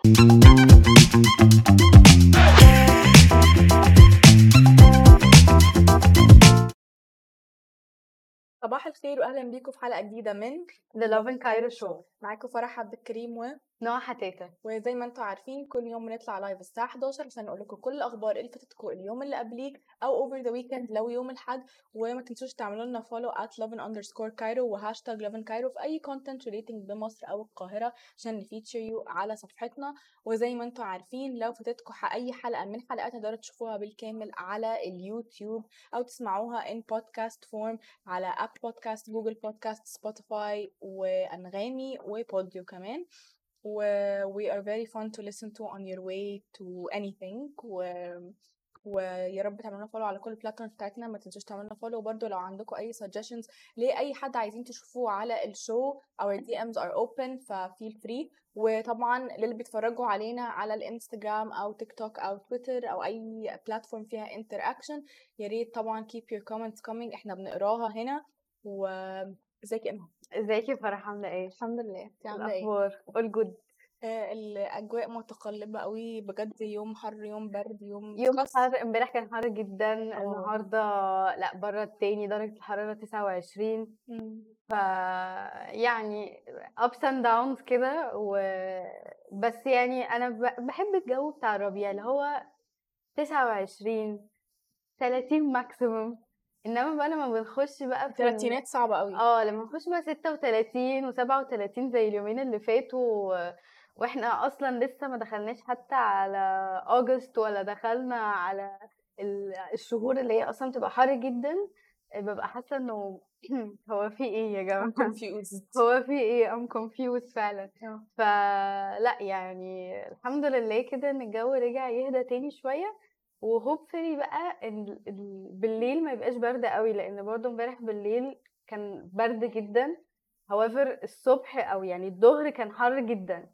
صباح الخير واهلا بيكم في حلقه جديده من The Love in Cairo Show. معاكم فرح عبد الكريم نوع حتاتا. وزي ما انتم عارفين كل يوم بنطلع لايف الساعه 11 عشان نقول لكم كل الاخبار اللي فاتتكم اليوم اللي قبليك او اوفر ذا ويكند لو يوم الحد. وما تنسوش تعملوا لنا فولو @lovin_cairo وهاشتاج lovin_cairo في اي كونتنت ريليتنج بمصر او القاهره عشان نفيتشر يو على صفحتنا. وزي ما انتم عارفين لو فاتتكم اي حلقه من حلقات تقدروا تشوفوها بالكامل على اليوتيوب او تسمعوها ان بودكاست فورم على اب بودكاست، جوجل بودكاست، سبوتيفاي وانغامي وبوديو كمان. we are very fun to listen to on your way to anything. ويا رب تعملونا فولو على كل البلاتفورم بتاعتنا. ما تنسوش تعملونا فولو برضو لو عندكم اي suggestions لاي حد عايزين تشوفوه على الشو. our DMs are open feel free. وطبعا للي بيتفرجوا علينا على الانستجرام او تيك توك او تويتر او اي بلاتفورم فيها interaction يا ريت طبعا keep your comments coming، احنا بنقراها هنا. ازيك يا ازيك يا فرح، عامله ايه؟ الحمد لله، انت عامله ايه؟ الاخبار all good. الاجواء متقلبه قوي بجد، يوم حر يوم برد يوم حر. امبارح كان حر جدا. النهارده لا، بره التاني درجه الحراره 29. ف يعني ups and downs كده بس يعني انا بحب الجو بتاع الربيع اللي هو 29 30 ماكسيموم. انما بقى لما بنخش بقى في الثلاثينات صعبه قوي. لما نخش بقى 36 و37 زي اليومين اللي فاتوا واحنا اصلا لسه ما دخلناش حتى على اغسطس ولا دخلنا على الشهور اللي هي اصلا بتبقى حر جدا. ببقى حاسه انه هو في ايه يا جماعه؟ I'm confused. هو في ايه؟ I'm confused فعلا. فلا يعني الحمد لله كده ان الجو رجع يهدى تاني شويه، وهوبفلي بقى بالليل ما يبقاش برد قوي، لان برضو امبارح بالليل كان برد جدا. however الصبح او يعني الظهر كان حر جدا.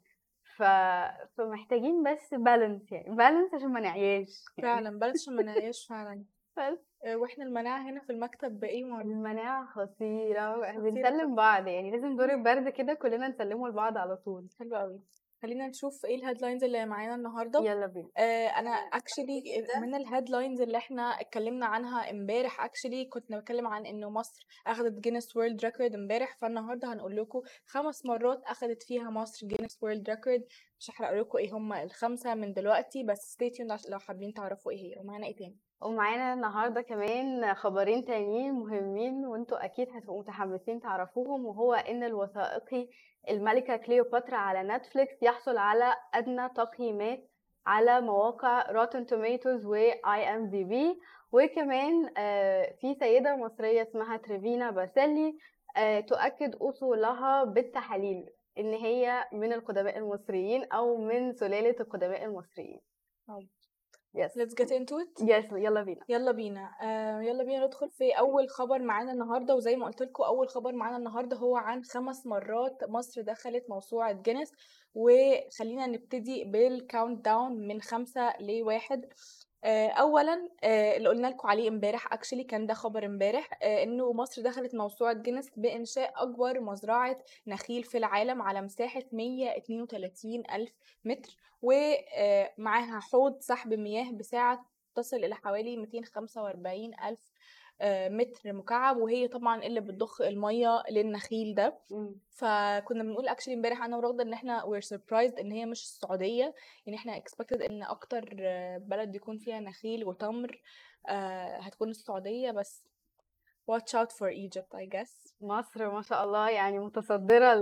فمحتاجين بس بالانس، يعني بالانس عشان ما نعياش فعلا بالانس عشان ما نعياش فعلا. بس واحنا المناعه هنا في المكتب بايه المناعه خطيره. بنسلم بعض، يعني لازم دور البرد كده كلنا نسلمه لبعض على طول. حلو قوي. خلينا نشوف ايه الهيدلاينز اللي معانا النهارده. يلا بينا. انا اكشلي من الهيدلاينز اللي احنا اتكلمنا عنها امبارح، اكشلي كنت بتكلم عن انه مصر اخذت جينيس وورلد ريكورد امبارح، فالنهارده هنقول لكم 5 مرات اخذت فيها مصر جينيس وورلد ريكورد. مش هحرق لكم ايه هم الخمسه من دلوقتي، بس ستي تيوند لو حابين تعرفوا ايه هي. ومعانا ايه تاني؟ ومعانا النهارده كمان خبرين تانيين مهمين وانتوا اكيد هتبقوا متحمسين تعرفوهم، وهو ان الوثائقي الملكة كليوباترا على نتفليكس يحصل على ادنى تقييمات على مواقع روتن توميتوز و IMDb. وكمان في سيدة مصرية اسمها تريفينا باسيلي تؤكد اصولها بالتحاليل ان هي من القدماء المصريين او من سلالة القدماء المصريين. Yes. Let's get into it. Yes. يلا بينا. يلا بينا ندخل في اول خبر معانا النهارده. وزي ما قلت لكم اول خبر معانا النهارده هو عن 5 مرات مصر دخلت موسوعه جينيس. وخلينا نبتدي بالكاونت داون من 5 ل1. اولا اللي قلنا لكم عليه امبارح، اكشلي كان ده خبر امبارح، انه مصر دخلت موسوعه جينيس بانشاء اكبر مزرعه نخيل في العالم على مساحه 132 الف متر، ومعاها حوض سحب مياه بسعه تصل الى حوالي 245 الف متر مكعب، وهي طبعا اللي بتضخ الميه للنخيل ده. فكنا بنقول اكشلي امبارح انا ورغده ان احنا we're surprised ان هي مش السعوديه، يعني احنا expected ان اكتر بلد يكون فيها نخيل وتمر هتكون السعوديه، بس watch out for Egypt I guess. مصر ما شاء الله يعني متصدره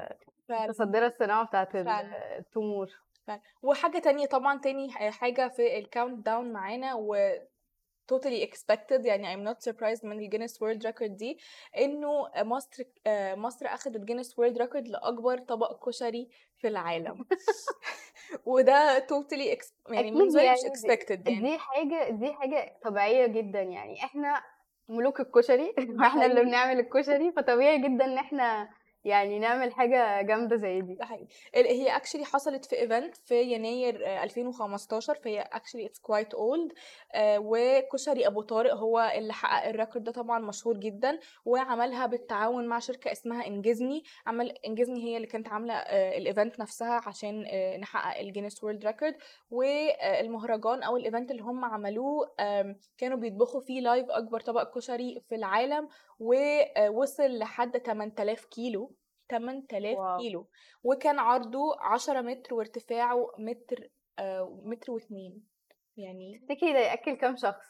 الصناعه بتاعت التمور. وحاجه تانية طبعا، تاني حاجه في الكاونت داون معانا و totally expected، يعني I'm not surprised من الجينيس وورلد ريكورد دي، انه مصر اخذت جينيس وورلد ريكورد لاكبر طبق كشري في العالم. وده totally يعني بالنسبه لي مش expected. يعني دي حاجه طبيعيه جدا، يعني احنا ملوك الكشري واحنا اللي بنعمل الكشري، فطبيعي جدا ان احنا يعني نعمل حاجة جامدة زي دي. ده حقيقي. هي actually حصلت في ايفنت في يناير 2015، فهي actually it's quite old. وكشري ابو طارق هو اللي حقق الريكورد ده، طبعا مشهور جدا، وعملها بالتعاون مع شركة اسمها انجزني. انجزني هي اللي كانت عاملة الايفنت نفسها عشان نحقق الجينيس وورلد ريكورد. والمهرجان او الايفنت اللي هم عملوه كانوا بيطبخوا فيه لايف اكبر طبق كشري في العالم، ووصل لحد 8000 كيلو. 8000 واو. كيلو. وكان عرضه 10 متر وارتفاعه متر، متر واتنين يعني. تفتكري ده يأكل كام شخص؟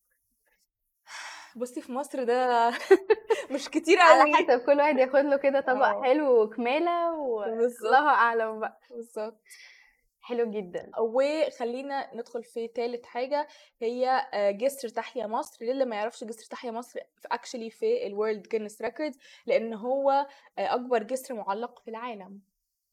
بصي في مصر ده مش كتير على قوي. حسب، كل واحد ياخد له كده طبق حلو وكمالة بالظبط. والله أعلم بقى. بالظبط. حلو جدا. وخلينا ندخل في تالت حاجة، هي جسر تحيا مصر. للي ما يعرفش جسر تحيا مصر اكشلي في الورلد جينيس ريكوردز، لان هو اكبر جسر معلق في العالم.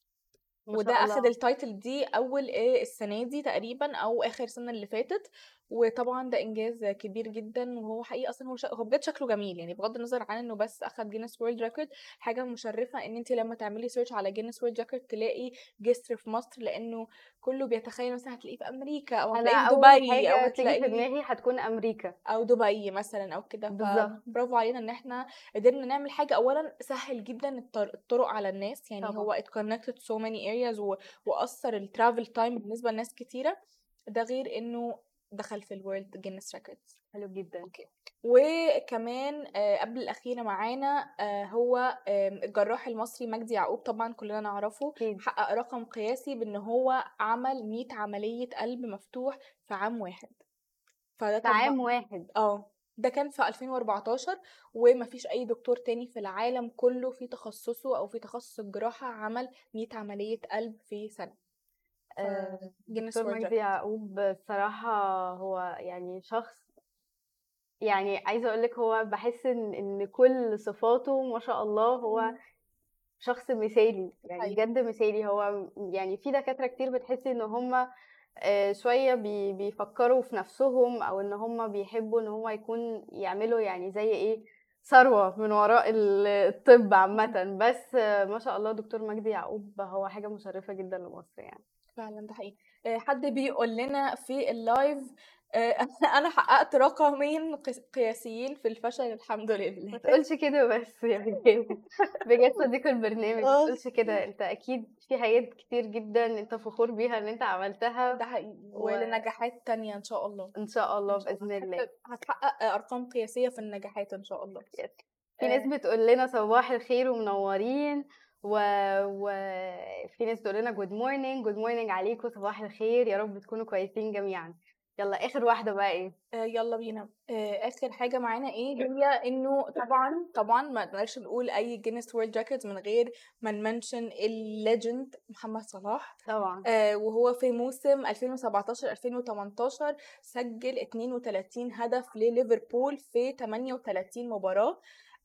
ما وده شاء اخد الله. التايتل دي اول السنه دي تقريبا او اخر سنه اللي فاتت. وطبعا ده انجاز كبير جدا، وهو حقيقي اصلا هو بجد شكله جميل يعني، بغض النظر عن انه بس اخد جينيس وورلد ريكورد. حاجه مشرفه ان انت لما تعملي سيرش على جينيس وورلد ريكورد تلاقي جسر في مصر، لانه كله بيتخيل مثلا هتلاقيه في امريكا او أنا هتلاقيه في أول دبي او حاجة تيجي في هتلاقيه دماغي هتكون أمريكا. او دبي مثلا او كده. بالظبط. فبرافو علينا ان احنا قدرنا نعمل حاجه اولا سهل جدا الطرق على الناس، يعني طبعا. هو it connected so many areas واثر الترافل تايم بالنسبه لناس كتيره. ده غير انه دخل في الورلد جينيس ريكوردز. حلو جدا. اوكي. وكمان قبل الاخيره معانا هو الجراح المصري مجدي يعقوب، طبعا كلنا نعرفه. أكيد. حقق رقم قياسي بان هو عمل 100 عمليه قلب مفتوح في عام واحد. فده في طبعا عام واحد. ده كان في 2014. ومفيش اي دكتور تاني في العالم كله في تخصصه او في تخصص الجراحة عمل 100 عملية قلب في سنة. ف جينيس دكتور وورلد مجدي ريكورد. يعقوب الصراحة هو يعني شخص، يعني عايزة أقولك هو بحس إن كل صفاته ما شاء الله، هو شخص مثالي، يعني حقيقي. بجد مثالي. هو يعني في دكاترة كتير بتحسي ان هم شوية بيفكروا في نفسهم، او ان هم بيحبوا ان هم يكون يعملوا يعني زي ايه، ثروة من وراء الطب عامة. بس ما شاء الله دكتور مجدي يعقوب هو حاجة مشرفة جدا لمصر يعني. فعلا ده حقيقي. حد بيقول لنا في اللايف انا حققت رقمين قياسيين في الفشل الحمد ما لله. تقولش كده بس يا بجد. بجد صديق البرنامج، ما اه تقولش كده. انت اكيد في حاجات كتير جدا انت فخور بيها ان انت عملتها، ده حقيقي، وان ولنجاحات تانية ان شاء الله. شاء الله ان شاء الله باذن الله. هتحقق ارقام قياسية في النجاحات ان شاء الله. يس. في ناس بتقول لنا صباح الخير ومنورين، و... وفي ناس بتقول لنا جود مورنينج، جود مورنينج عليكم، صباح الخير، يا رب تكونوا كويسين جميعا. يلا اخر واحده بقى ايه؟ يلا بينا. اخر حاجه معانا ايه هي، انه طبعا ما نقدرش نقول اي جينيس وورلد ريكوردز من غير ما نمنشن الليجند محمد صلاح. طبعا. وهو في موسم 2017 2018 سجل 32 هدف لليفربول في 38 مباراه.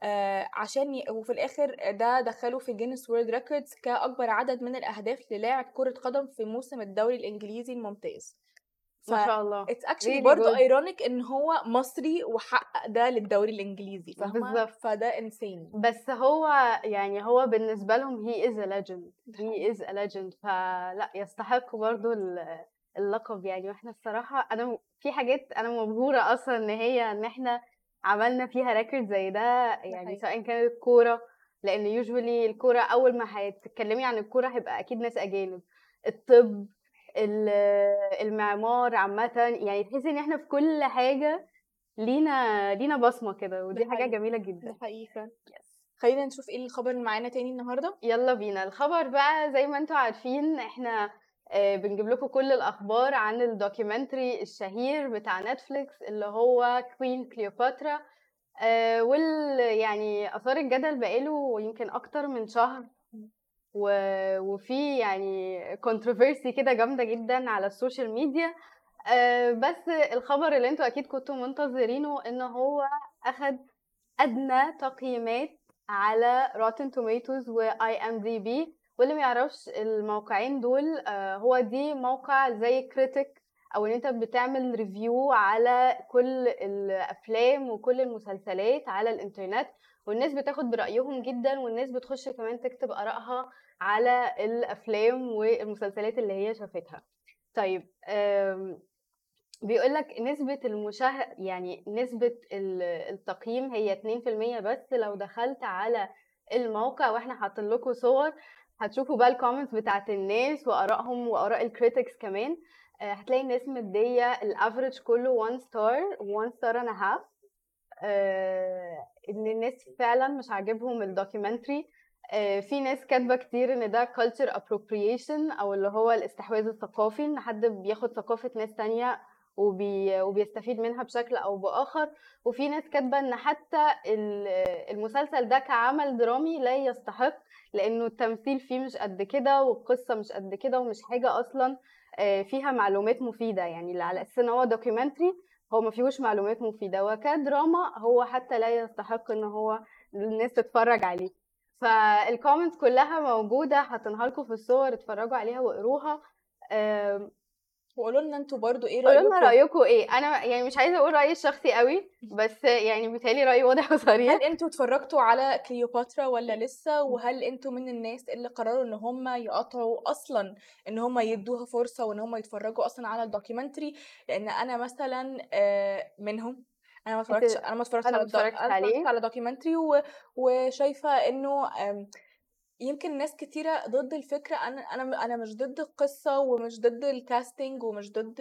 وفي الاخر ده دخله في جينيس وورلد ريكوردز كاكبر عدد من الاهداف للاعب كره قدم في موسم الدوري الانجليزي الممتاز. ف ما شاء الله. it's actually really برضو good. ironic ان هو مصري وحقق ده للدوري الانجليزي، فاهمه؟ بالظبط. فده insane. بس هو يعني هو بالنسبه لهم he is a legend, he is a legend، فلا يستحق برضو اللقب يعني. واحنا الصراحه انا في حاجات انا مبهوره اصلا ان احنا عملنا فيها ريكورد زي ده، ده يعني حقيقي. سواء كانت كوره، لان يوجوالي الكوره اول ما هتتكلمي عن الكوره هيبقى اكيد ناس اجانب. الطب، ال- المعمار عامه، يعني تحسي ان احنا في كل حاجه لينا بصمه كده، ودي ده حاجه حقيقي. جميله ده جدا. حقيقي فعلا. خلينا نشوف ايه الخبر اللي معانا تاني النهارده. يلا بينا الخبر بقى. زي ما انتوا عارفين احنا بنجيب لكم كل الاخبار عن الدوكيومنتري الشهير بتاع نتفليكس اللي هو كوين كليوباترا، يعني اثار الجدل بقاله يمكن اكتر من شهر، وفي يعني كونتروفيرسي كده جامده جدا على السوشيال ميديا. بس الخبر اللي انتوا اكيد كنتوا منتظرينه ان هو اخد ادنى تقييمات على Rotten Tomatoes و IMDb. واللي ما يعرفش الموقعين دول، هو دي موقع زي كريتيك، او ان انت بتعمل ريفيو على كل الافلام وكل المسلسلات على الانترنت، والناس بتاخد برأيهم جدا، والناس بتخش كمان تكتب آرائها على الأفلام والمسلسلات اللي هي شافتها. طيب بيقولك نسبة يعني نسبة التقييم هي 2% بس. لو دخلت على الموقع واحنا حاطين لكم صور، هتشوفوا بقى الكومنتس بتاعت الناس وآرائهم وآراء الكريتكس كمان. هتلاقي الناس مدية الافريج كله 1 ستار 1 ستار and a half. ان الناس فعلا مش عاجبهم الدوكيومنتري. في ناس كاتبه كتير ان ده culture appropriation او اللي هو الاستحواذ الثقافي، ان حد بياخد ثقافه ناس تانية وبيستفيد منها بشكل او باخر. وفي ناس كاتبه ان حتى المسلسل ده كعمل درامي لا يستحق، لانه التمثيل فيه مش قد كده والقصه مش قد كده ومش حاجه اصلا فيها معلومات مفيده، يعني على اساس ان هو دوكيومنتري هو ما فيهوش معلومات مفيدة، وكدراما هو حتى لا يستحق ان هو الناس تتفرج عليه. فالكومنتس كلها موجودة، حاطينها لكم في الصور، اتفرجوا عليها واقروها. وقولوا لنا انتوا برضو ايه قولوا لنا رأيكم. رأيكم ايه. انا يعني مش عايزة اقول رأيي الشخصي قوي، بس يعني بيتهيألي رأيي واضح وصريح. هل انتوا اتفرجتوا على كليوباترا ولا لسه؟ وهل انتوا من الناس اللي قرروا ان هم يقطعوا اصلا ان هم يدوها فرصة وان هم يتفرجوا اصلا على الدوكيومنتري؟ لان انا مثلا منهم. انا ما اتفرجتش انت انا ما اتفرجتش انا على ما اتفرجتش انا اتفرجت عليه. على دوكيومنتري وشايفة انه يمكن ناس كتيرة ضد الفكرة. انا مش ضد القصة ومش ضد الكاستنج ومش ضد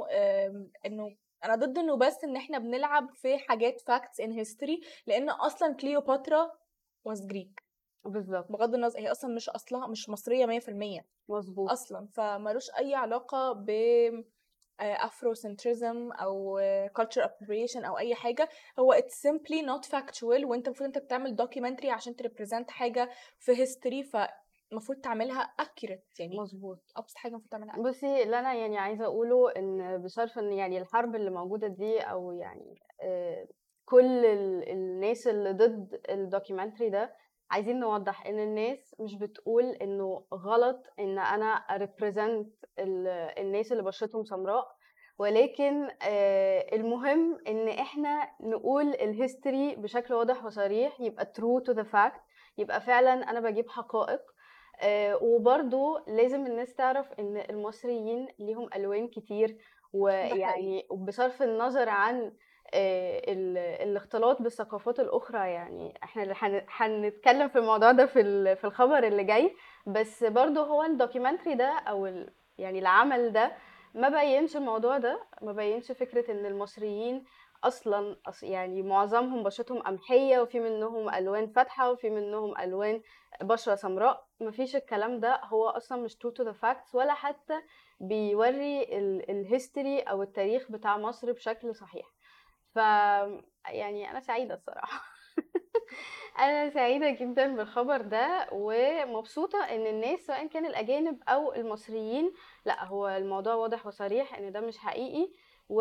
انه انا ضد انه بس ان احنا بنلعب في حاجات facts in history، لان اصلا كليوباترا was Greek. بالظبط. بغض النظر هي اصلا مش اصلها مش مصرية 100% مظبوط. اصلا، فمالوش اي علاقة ب افروسنتريزم او culture appropriation او اي حاجه. هو it's simply not factual، وانت المفروض انت بتعمل documentary عشان تريبريزنت حاجه في history، فالمفروض تعملها accurate. يعني مظبوط. ابسط حاجه المفروض تعملها accurate. بصي، اللي انا يعني عايزه اقوله ان بصرف ان يعني الحرب اللي موجوده دي او يعني كل الناس اللي ضد الدوكيومنتري ده، عايزين نوضح ان الناس مش بتقول انه غلط ان انا اريبريزنت الناس اللي بشرتهم سمراء، ولكن المهم ان احنا نقول الهيستوري بشكل واضح وصريح، يبقى true to the fact، يبقى فعلا انا بجيب حقائق. وبرضو لازم الناس تعرف ان المصريين ليهم الوان كتير، ده حقيقي. ويعني بصرف النظر عن الاختلاط بالثقافات الاخرى، يعني احنا اللي هنتكلم في الموضوع ده في الخبر اللي جاي. بس برضو هو الدوكيومنتري ده او يعني العمل ده ما بينش الموضوع ده، ما بينش فكرة ان المصريين اصلا يعني معظمهم بشرتهم قمحية وفي منهم الوان فاتحة وفي منهم الوان بشرة سمراء. مفيش الكلام ده، هو اصلا مش true to the facts، ولا حتى بيوري الهيستوري او التاريخ بتاع مصر بشكل صحيح. ف يعني انا سعيدة الصراحة. انا سعيدة جدا بالخبر ده، ومبسوطة ان الناس سواء كان الاجانب او المصريين، لا هو الموضوع واضح وصريح ان ده مش حقيقي.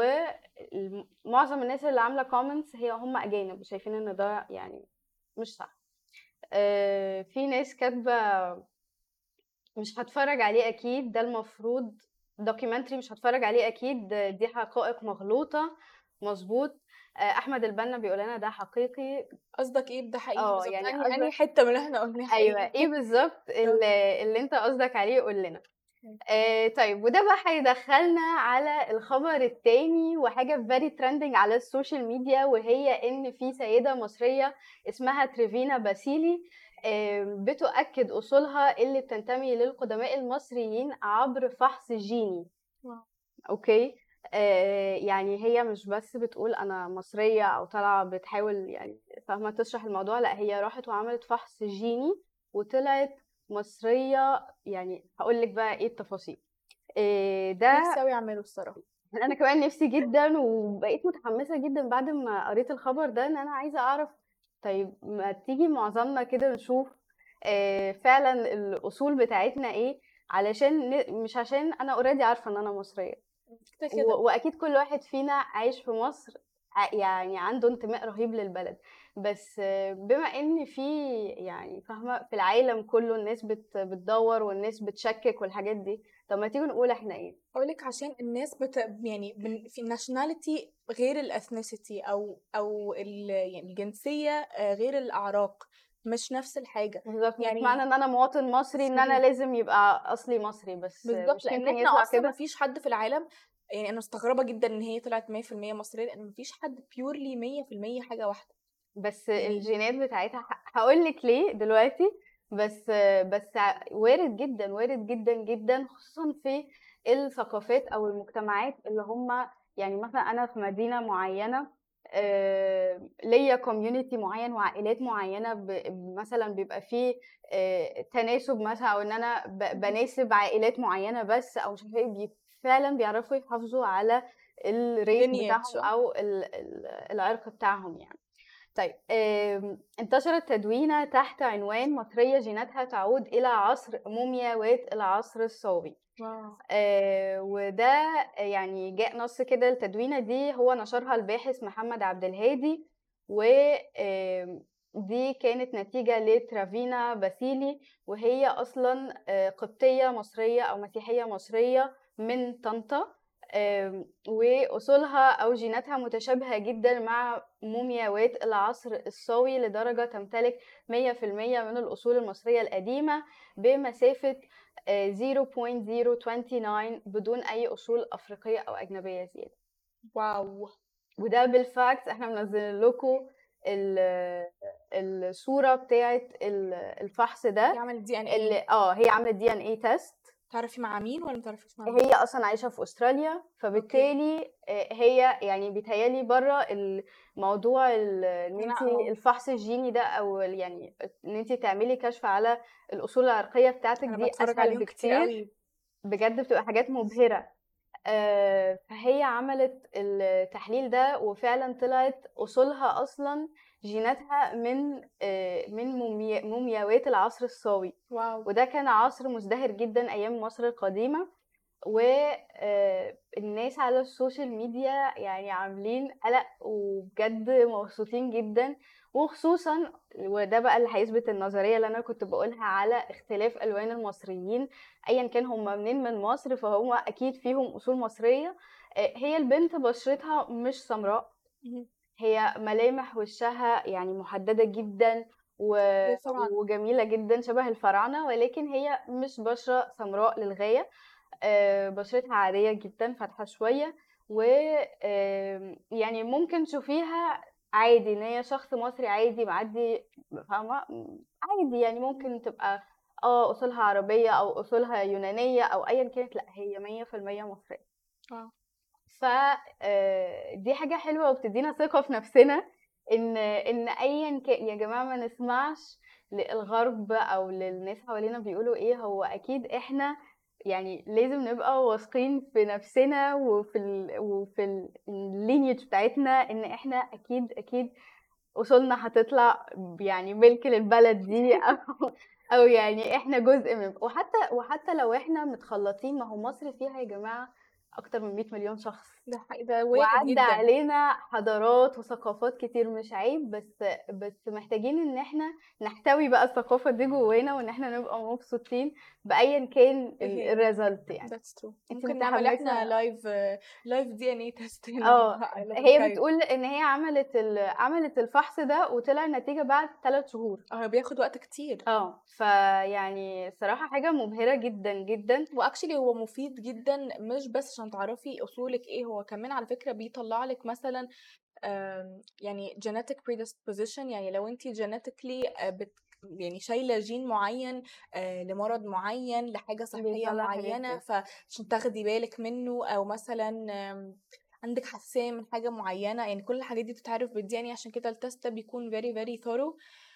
ومعظم الناس اللي عاملة كومنتس هي هم اجانب شايفين ان ده يعني مش صح. في ناس كاتبة مش هتفرج عليه اكيد، ده المفروض دوكيومنتري مش هتفرج عليه اكيد، دي حقائق مغلوطة. مظبوط. احمد البنا بيقول لنا ده حقيقي. قصدك ايه بده حقيقي بالظبط؟ يعني انهي حته من اللي احنا قلناه ايوه، حقيقي؟ ايه بالظبط اللي انت قصدك عليه؟ قول لنا. طيب، وده بقى هيدخلنا على الخبر التاني، وحاجة very trending على السوشيال ميديا، وهي ان في سيدة مصرية اسمها تريفينا باسيلي بتؤكد اصولها اللي بتنتمي للقدماء المصريين عبر فحص جيني. اوكي. يعني هي مش بس بتقول انا مصرية او طالعة بتحاول يعني فاهمة تشرح الموضوع، لا هي راحت وعملت فحص جيني وطلعت مصرية. يعني هقول لك بقى ايه التفاصيل. ده نفسي قوي اعمله الصراحه. انا كمان نفسي جدا، وبقيت متحمسة جدا بعد ما قريت الخبر ده، ان انا عايزة اعرف طيب ما تيجي معظمنا كده نشوف فعلا الاصول بتاعتنا ايه، علشان مش عشان انا اوريدي عارفة ان انا مصرية، كده واكيد كل واحد فينا عايش في مصر يعني عنده انتماء رهيب للبلد، بس بما ان في يعني فاهمه في العالم كله الناس بتدور والناس بتشكك والحاجات دي، طب ما تيجي نقول احنا ايه. اقولك عشان الناس يعني في الناشوناليتي غير الاثنيسيتي يعني الجنسيه غير الاعراق، مش نفس الحاجه. بالظبط، مش معنى يعني ان انا مواطن مصري ان انا مصري لازم يبقى اصلي مصري، بس بالظبط، مش لان يمكن احنا يطلع اصلا ما كده. فيش حد في العالم، يعني انا مستغربه جدا ان هي طلعت 100% مصريه، لان ما فيش حد بيورلي 100% حاجه واحده بس يعني. الجينات بتاعتها هقول لك ليه دلوقتي. بس وارد جدا، وارد جدا جدا، خصوصا في الثقافات او المجتمعات اللي هم، يعني مثلا انا في مدينه معينه، ليا كوميونتي معين وعائلات معينه، مثلا بيبقى فيه تناسب مثلا، او ان انا بناسب عائلات معينه بس، او مش عارفه ايه، فعلا بيعرفوا يحافظوا على الريس lineage. بتاعهم او العرق بتاعهم يعني. طيب، انتشرت تدوينة تحت عنوان مصرية جيناتها تعود إلى عصر مومياوات العصر الصاوي. واو. وده يعني جاء نص كده. التدوينة دي هو نشرها الباحث محمد عبد الهادي، دي كانت نتيجة لترافينا باسيلي، وهي أصلا قبطية مصرية أو مسيحية مصرية من طنطا. وأصولها أو جيناتها متشابهة جدا مع مومياوات العصر الصاوي، لدرجة تمتلك 100% من الأصول المصرية القديمة بمسافة 0.029 بدون أي أصول أفريقية أو أجنبية زيادة. واو. وده بالفاكس احنا منزلين لكم الصورة بتاعت الفحص هي ده. عملت دي ان اللي ايه؟ هي عاملة دي ان ايه تيست. تعرفي مع مين ولا متعرفيش مع مين؟ هي اصلا عايشه في استراليا، فبالتالي هي يعني بيتهيالي بره الموضوع ان انت الفحص الجيني ده، او يعني ان انت تعملي كشف على الاصول العرقيه بتاعتك، انا دي بتفرج اسهل عليهم كتير بكتير. قوي. بجد بتبقى حاجات مبهره. فهي عملت التحليل ده، وفعلا طلعت اصولها اصلا جيناتها من مومياوات العصر الصاوي. واو. وده كان عصر مزدهر جدا ايام مصر القديمه. والناس على السوشيال ميديا يعني عاملين قلق، وبجد مبسوطين جدا. وخصوصا وده بقى اللي هيثبت النظريه اللي انا كنت بقولها على اختلاف الوان المصريين، ايا كان هم منين من مصر فهم اكيد فيهم اصول مصريه. هي البنت بشرتها مش سمراء، هي ملامح وشها يعني محدده جدا وجميله جدا شبه الفراعنه، ولكن هي مش بشره سمراء للغايه. بشرتها عادية جدا، فاتحة شوية، و يعني ممكن تشوفيها عادي ان هي شخص مصري عادي معدي، فاهمة؟ عادي يعني، ممكن تبقى اصولها عربية او اصولها يونانية او ايا كانت، لا هي 100% مصرية. ف دي حاجة حلوة وبتدينا ثقة في نفسنا، ان ايا كان يا جماعة ما نسمعش للغرب او للناس حوالينا بيقولوا ايه. هو اكيد احنا يعني لازم نبقى واثقين في نفسنا وفي اللينيج بتاعتنا، ان احنا اكيد اصولنا هتطلع يعني ملك للبلد دي، او يعني احنا جزء من. وحتى لو احنا متخلطين، ما هو مصر فيها يا جماعه اكتر من 100 مليون شخص، ده وارد وعدى جدا. علينا حضارات وثقافات كتير، مش عيب، بس محتاجين ان احنا نحتوي بقى الثقافة دي جوانا، وان احنا نبقى مبسوطين بأيا كان ايه هي؟ الريزلت يعني. That's true. انت ممكن نعمل احنا متحمسة؟ لايف دي ان اي تيست هنا. هي بتقول ان هي عملت الفحص ده وطلع النتيجة بعد 3 شهور. بياخد وقت كتير. فيعني صراحة حاجة مبهرة جدا جدا. واكشلي هو مفيد جدا، مش بس عشان تعرفي اصولك ايه، هو كمان على فكرة بيطلع لك مثلا يعني genetic predisposition، يعني لو انتي genetically يعني شايله جين معين لمرض معين، لحاجه صحيه معينه، فعشان تاخدي بالك منه، او مثلا عندك حساسيه من حاجه معينه، يعني كل الحاجات دي بتتعرف بالدي ان اي. عشان كده التست ده بيكون very very thorough.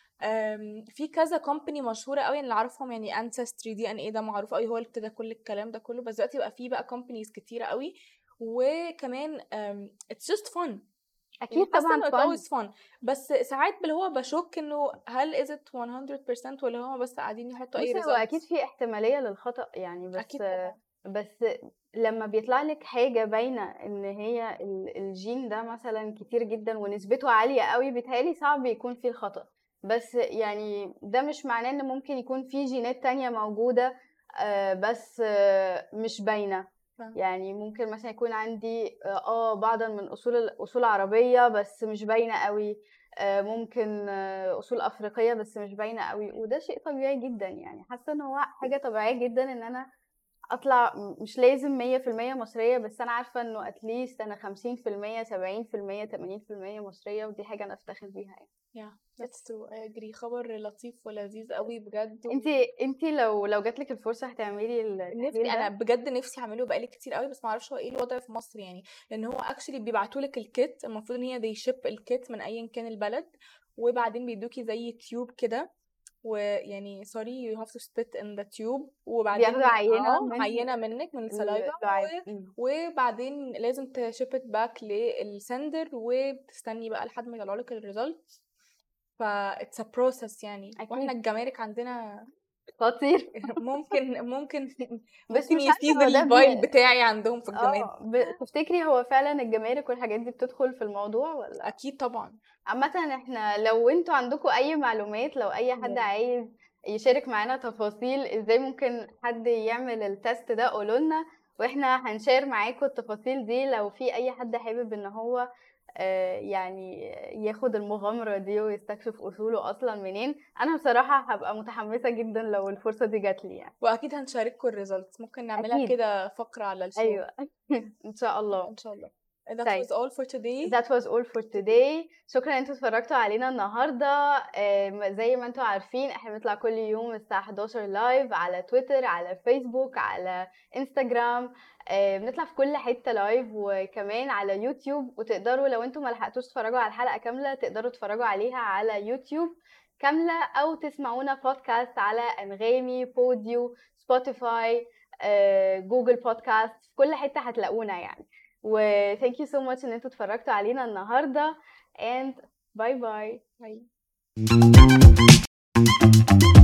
في كذا كومباني مشهوره قوي اللي اعرفهم، يعني ancestry دي ان ايه ده معروف قوي، هو اللي ابتدى كل الكلام ده كله، بس دلوقتي بقى فيه بقى كومبانيز كتيره قوي. وكمان it's just fun. اكيد طبعا it's فن. always fun. بس ساعات اللي هو بشك انه هل is it 100% ولا هم بس قاعدين يحطوا اي بصي، هو results. اكيد في احتمالية للخطأ يعني، اكيد طبعا. بس لما بيطلع لك حاجة باينة ان هي الجين ده مثلا كتير جدا ونسبته عالية قوي، بيتهيألي صعب يكون فيه الخطأ. بس يعني ده مش معناه ان ممكن يكون فيه جينات تانية موجودة بس مش باينة. يعني ممكن مثلا يكون عندي بعضا من اصول عربية بس مش باينة قوي، ممكن اصول افريقية بس مش باينة قوي، وده شيء طبيعي جدا. يعني حاسة ان هو حاجة طبيعية جدا ان انا اطلع مش لازم 100% مصرية، بس انا عارفة انه اتليست انا 50% 70% 80% مصرية، ودي حاجة انا افتخر بيها يعني. that's true. I agree. خبر لطيف ولذيذ قوي بجد. انتي لو جاتلك الفرصة هتعملي التحليل نفسي ده؟ انا بجد نفسي اعمله بقالي كتير قوي، بس ما اعرفش هو ايه الوضع في مصر يعني. لان هو اكشلي بيبعتوا لك الكيت، المفروض ان هي they ship الكيت من ايا كان البلد، وبعدين بيدوكي زي تيوب كده، ويعني sorry you have to spit in the tube، وبعدين بياخدوا عينة عينة منك من السلايفا، وبعدين لازم تشيب it back للسندر، وبتستني بقى لحد ما يطلعوا لك الريزلت. ف it's a process يعني. واحنا الجمارك عندنا خطير. ممكن بس مش عارفة يسيب هو ده الفايل بتاعي عندهم في الجمارك. تفتكري هو فعلا الجمارك والحاجات دي بتدخل في الموضوع ولا؟ اكيد طبعا. عامة احنا لو انتوا عندكم اي معلومات، لو اي حد عايز يشارك معانا تفاصيل ازاي ممكن حد يعمل التست ده قولولنا، واحنا هنشير معاكم التفاصيل دي. لو في اي حد حابب ان هو يعني ياخد المغامرة دي ويستكشف اصوله اصلا منين، انا بصراحة هبقى متحمسة جدا لو الفرصة دي جاتلي يعني. واكيد هنشارككم الريزلت، ممكن نعملها أكيد. كده فقرة على الشو. ايوه. ان شاء الله. ان شاء الله. That طيب. was all for today. That was all for today. شكرا ان انتوا اتفرجتوا علينا النهارده. زي ما انتوا عارفين احنا بنطلع كل يوم الساعه 11 لايف على تويتر، على فيسبوك، على انستجرام. بنطلع في كل حته لايف، وكمان على يوتيوب. وتقدروا لو انتوا ما لحقتوش تتفرجوا على الحلقه كامله تقدروا تتفرجوا عليها على يوتيوب كامله، او تسمعونا بودكاست على انغامي، بوديو، سبوتيفاي، جوجل بودكاست، في كل حته هتلاقونا يعني. و thank you so much ان انتوا اتفرجتوا علينا النهارده and bye bye.